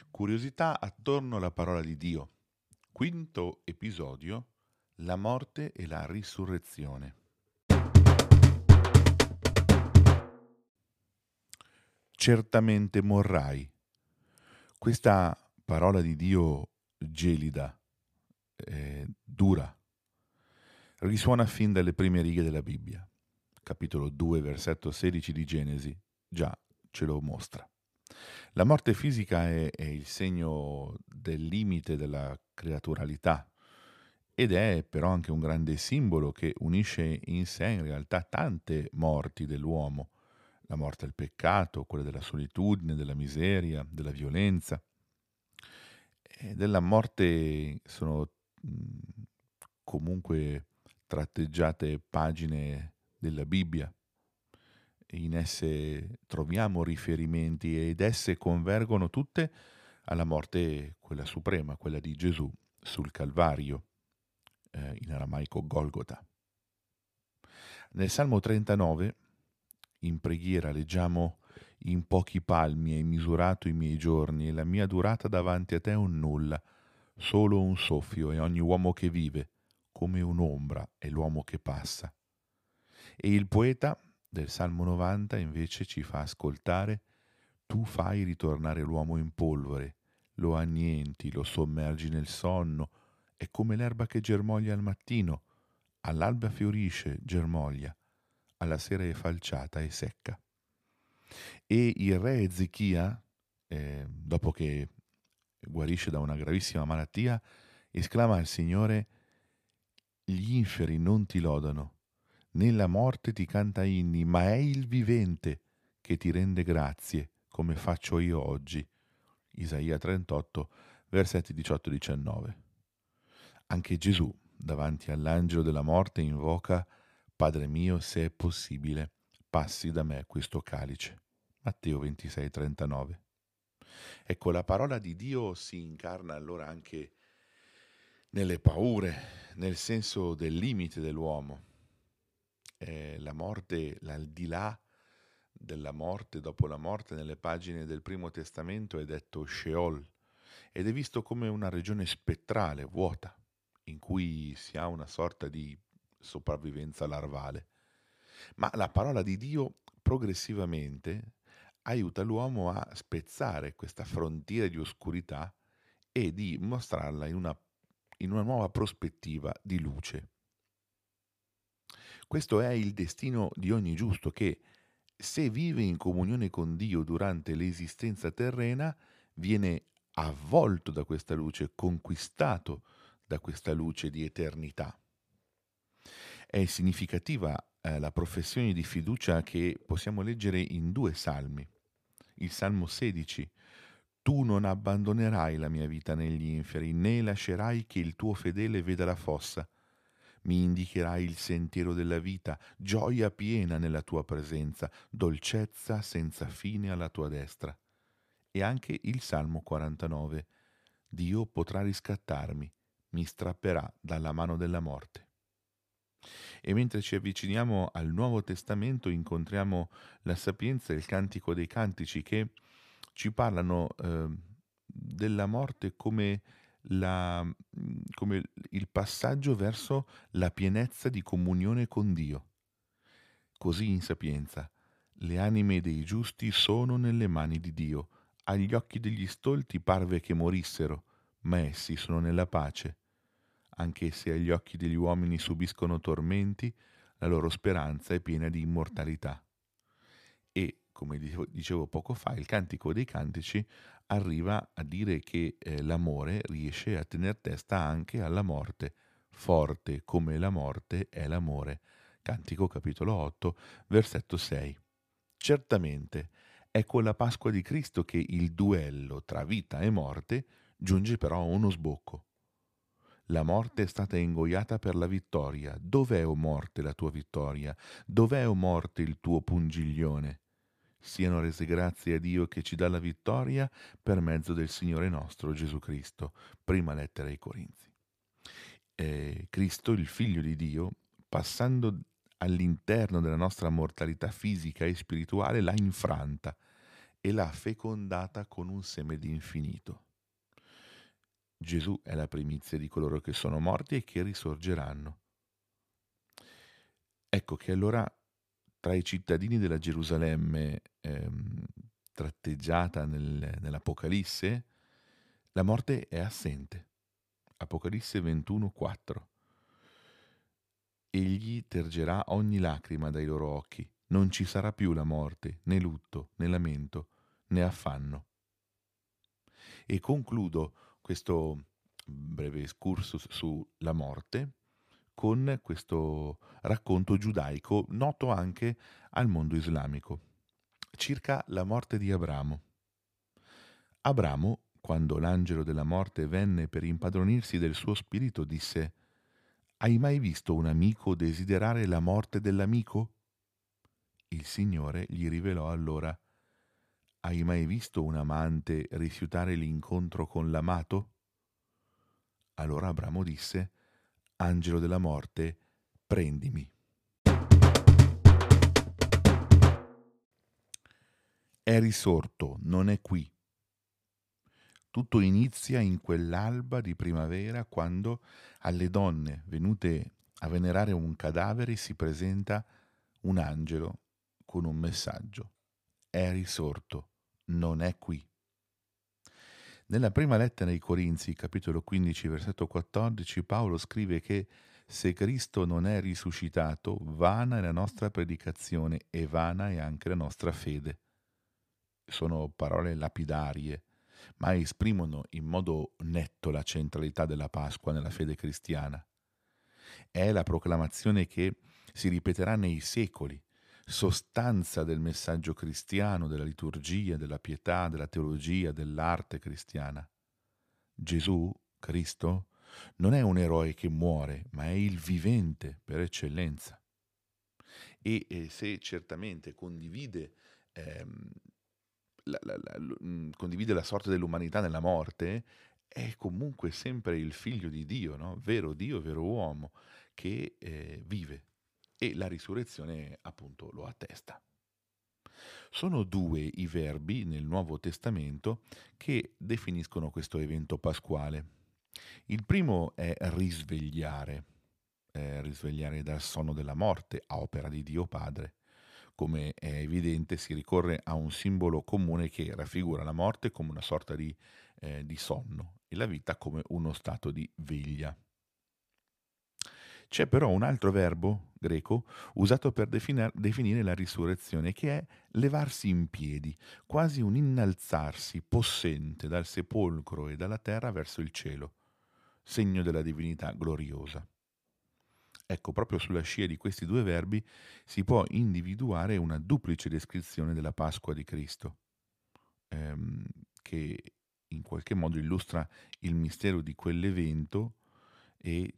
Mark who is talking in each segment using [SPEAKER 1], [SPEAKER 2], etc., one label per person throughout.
[SPEAKER 1] Curiosità attorno alla parola di Dio. Quinto episodio: la morte e la risurrezione. Certamente morrai. Questa parola di Dio gelida, dura, risuona fin dalle prime righe della Bibbia. Capitolo 2, versetto 16 di Genesi, già ce lo mostra. La morte fisica è il segno del limite della creaturalità ed è però anche un grande simbolo che unisce in sé in realtà tante morti dell'uomo: la morte al peccato, quella della solitudine, della miseria, della violenza. E della morte sono comunque tratteggiate pagine della Bibbia. In esse troviamo riferimenti ed esse convergono tutte alla morte, quella suprema, quella di Gesù sul Calvario, in aramaico Golgota. Nel Salmo 39, in preghiera, leggiamo: in pochi palmi hai misurato i miei giorni e la mia durata davanti a te è un nulla, solo un soffio, e ogni uomo che vive, come un'ombra è l'uomo che passa. E il poeta del Salmo 90 invece ci fa ascoltare: tu fai ritornare l'uomo in polvere, lo annienti, lo sommergi nel sonno, è come l'erba che germoglia al mattino, all'alba fiorisce, germoglia, alla sera è falciata e secca. E il re Ezechia, dopo che guarisce da una gravissima malattia, esclama al Signore: gli inferi non ti lodano, né la morte ti canta inni, ma è il vivente che ti rende grazie, come faccio io oggi. Isaia 38, versetti 18-19. Anche Gesù, davanti all'angelo della morte, invoca: Padre mio, se è possibile, passi da me questo calice. Matteo 26, 39. Ecco, la parola di Dio si incarna allora anche nelle paure, nel senso del limite dell'uomo. La morte, l'aldilà della morte, dopo la morte, nelle pagine del Primo Testamento è detto Sheol ed è visto come una regione spettrale, vuota, in cui si ha una sorta di sopravvivenza larvale. Ma la parola di Dio progressivamente aiuta l'uomo a spezzare questa frontiera di oscurità e di mostrarla in una nuova prospettiva di luce. Questo è il destino di ogni giusto che, se vive in comunione con Dio durante l'esistenza terrena, viene avvolto da questa luce, conquistato da questa luce di eternità. È significativa la professione di fiducia che possiamo leggere in due salmi. Il Salmo 16: tu non abbandonerai la mia vita negli inferi, né lascerai che il tuo fedele veda la fossa. Mi indicherai il sentiero della vita, gioia piena nella tua presenza, dolcezza senza fine alla tua destra. E anche il Salmo 49: Dio potrà riscattarmi, mi strapperà dalla mano della morte. E mentre ci avviciniamo al Nuovo Testamento incontriamo la Sapienza e il Cantico dei Cantici che ci parlano della morte come il passaggio verso la pienezza di comunione con Dio. Così in Sapienza: le anime dei giusti sono nelle mani di Dio, agli occhi degli stolti parve che morissero, ma essi sono nella pace. Anche se agli occhi degli uomini subiscono tormenti, la loro speranza è piena di immortalità. E, come dicevo poco fa, il Cantico dei Cantici arriva a dire che l'amore riesce a tener testa anche alla morte. Forte come la morte è l'amore. Cantico capitolo 8, versetto 6. Certamente è con la Pasqua di Cristo che il duello tra vita e morte giunge però a uno sbocco. La morte è stata ingoiata per la vittoria. Dov'è, o morte, la tua vittoria? Dov'è, o morte, il tuo pungiglione? Siano rese grazie a Dio che ci dà la vittoria per mezzo del Signore nostro Gesù Cristo. Prima lettera ai Corinzi. Cristo, il Figlio di Dio, passando all'interno della nostra mortalità fisica e spirituale, l'ha infranta e l'ha fecondata con un seme di infinito. Gesù è la primizia di coloro che sono morti e che risorgeranno. Ecco che allora tra i cittadini della Gerusalemme tratteggiata nell'Apocalisse, la morte è assente. Apocalisse 21:4. Egli tergerà ogni lacrima dai loro occhi. Non ci sarà più la morte, né lutto, né lamento, né affanno. E concludo questo breve excursus sulla morte con questo racconto giudaico noto anche al mondo islamico, circa la morte di Abramo. Abramo, quando l'angelo della morte venne per impadronirsi del suo spirito, disse: «Hai mai visto un amico desiderare la morte dell'amico?» Il Signore gli rivelò allora: «Hai mai visto un amante rifiutare l'incontro con l'amato?» Allora Abramo disse: «Angelo della morte, prendimi». È risorto, non è qui. Tutto inizia in quell'alba di primavera quando alle donne venute a venerare un cadavere si presenta un angelo con un messaggio. È risorto, non è qui. Nella prima lettera ai Corinzi, capitolo 15, versetto 14, Paolo scrive che se Cristo non è risuscitato, vana è la nostra predicazione e vana è anche la nostra fede. Sono parole lapidarie, ma esprimono in modo netto la centralità della Pasqua nella fede cristiana. È la proclamazione che si ripeterà nei secoli, sostanza del messaggio cristiano, della liturgia, della pietà, della teologia, dell'arte cristiana. Gesù, Cristo, non è un eroe che muore, ma è il vivente per eccellenza. E se certamente condivide condivide la sorte dell'umanità nella morte, è comunque sempre il figlio di Dio, no? Vero Dio, vero uomo, che vive, e la risurrezione appunto lo attesta. Sono due i verbi nel Nuovo Testamento che definiscono questo evento pasquale. Il primo è risvegliare, risvegliare dal sonno della morte a opera di Dio Padre. Come è evidente, si ricorre a un simbolo comune che raffigura la morte come una sorta di sonno e la vita come uno stato di veglia. C'è però un altro verbo greco usato per definire la risurrezione, che è levarsi in piedi, quasi un innalzarsi possente dal sepolcro e dalla terra verso il cielo, segno della divinità gloriosa. Ecco, proprio sulla scia di questi due verbi si può individuare una duplice descrizione della Pasqua di Cristo, che in qualche modo illustra il mistero di quell'evento e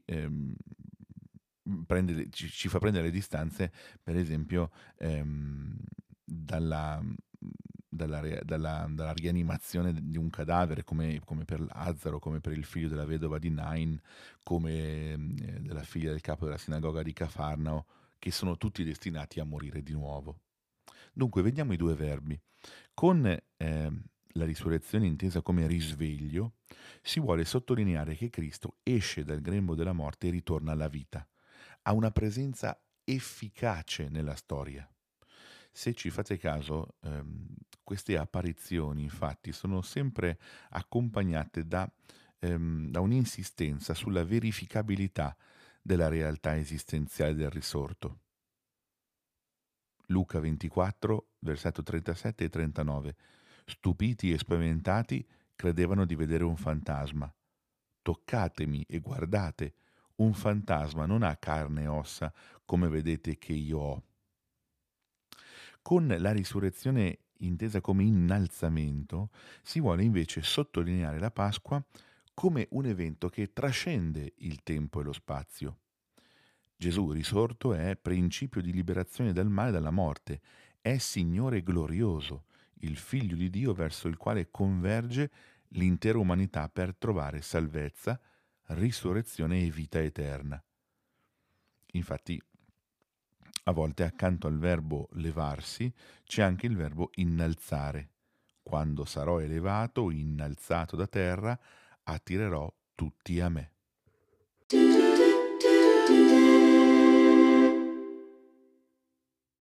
[SPEAKER 1] ci fa prendere le distanze, per esempio, dalla, dalla rianimazione di un cadavere, come per Lazzaro, come per il figlio della vedova di Nain, come della figlia del capo della sinagoga di Cafarnao, che sono tutti destinati a morire di nuovo. Dunque, vediamo i due verbi. Con la risurrezione intesa come risveglio, si vuole sottolineare che Cristo esce dal grembo della morte e ritorna alla vita. Ha una presenza efficace nella storia. Se ci fate caso, queste apparizioni infatti sono sempre accompagnate da un'insistenza sulla verificabilità della realtà esistenziale del risorto. Luca 24, versetto 37 e 39. Stupiti e spaventati, credevano di vedere un fantasma. Toccatemi e guardate, un fantasma non ha carne e ossa come vedete che io ho. Con la risurrezione intesa come innalzamento, si vuole invece sottolineare la Pasqua come un evento che trascende il tempo e lo spazio. Gesù risorto è principio di liberazione dal male e dalla morte, è Signore glorioso, il Figlio di Dio verso il quale converge l'intera umanità per trovare salvezza, risurrezione e vita eterna. Infatti, A volte accanto al verbo levarsi c'è anche il verbo innalzare. Quando sarò elevato, innalzato da terra, attirerò tutti a me.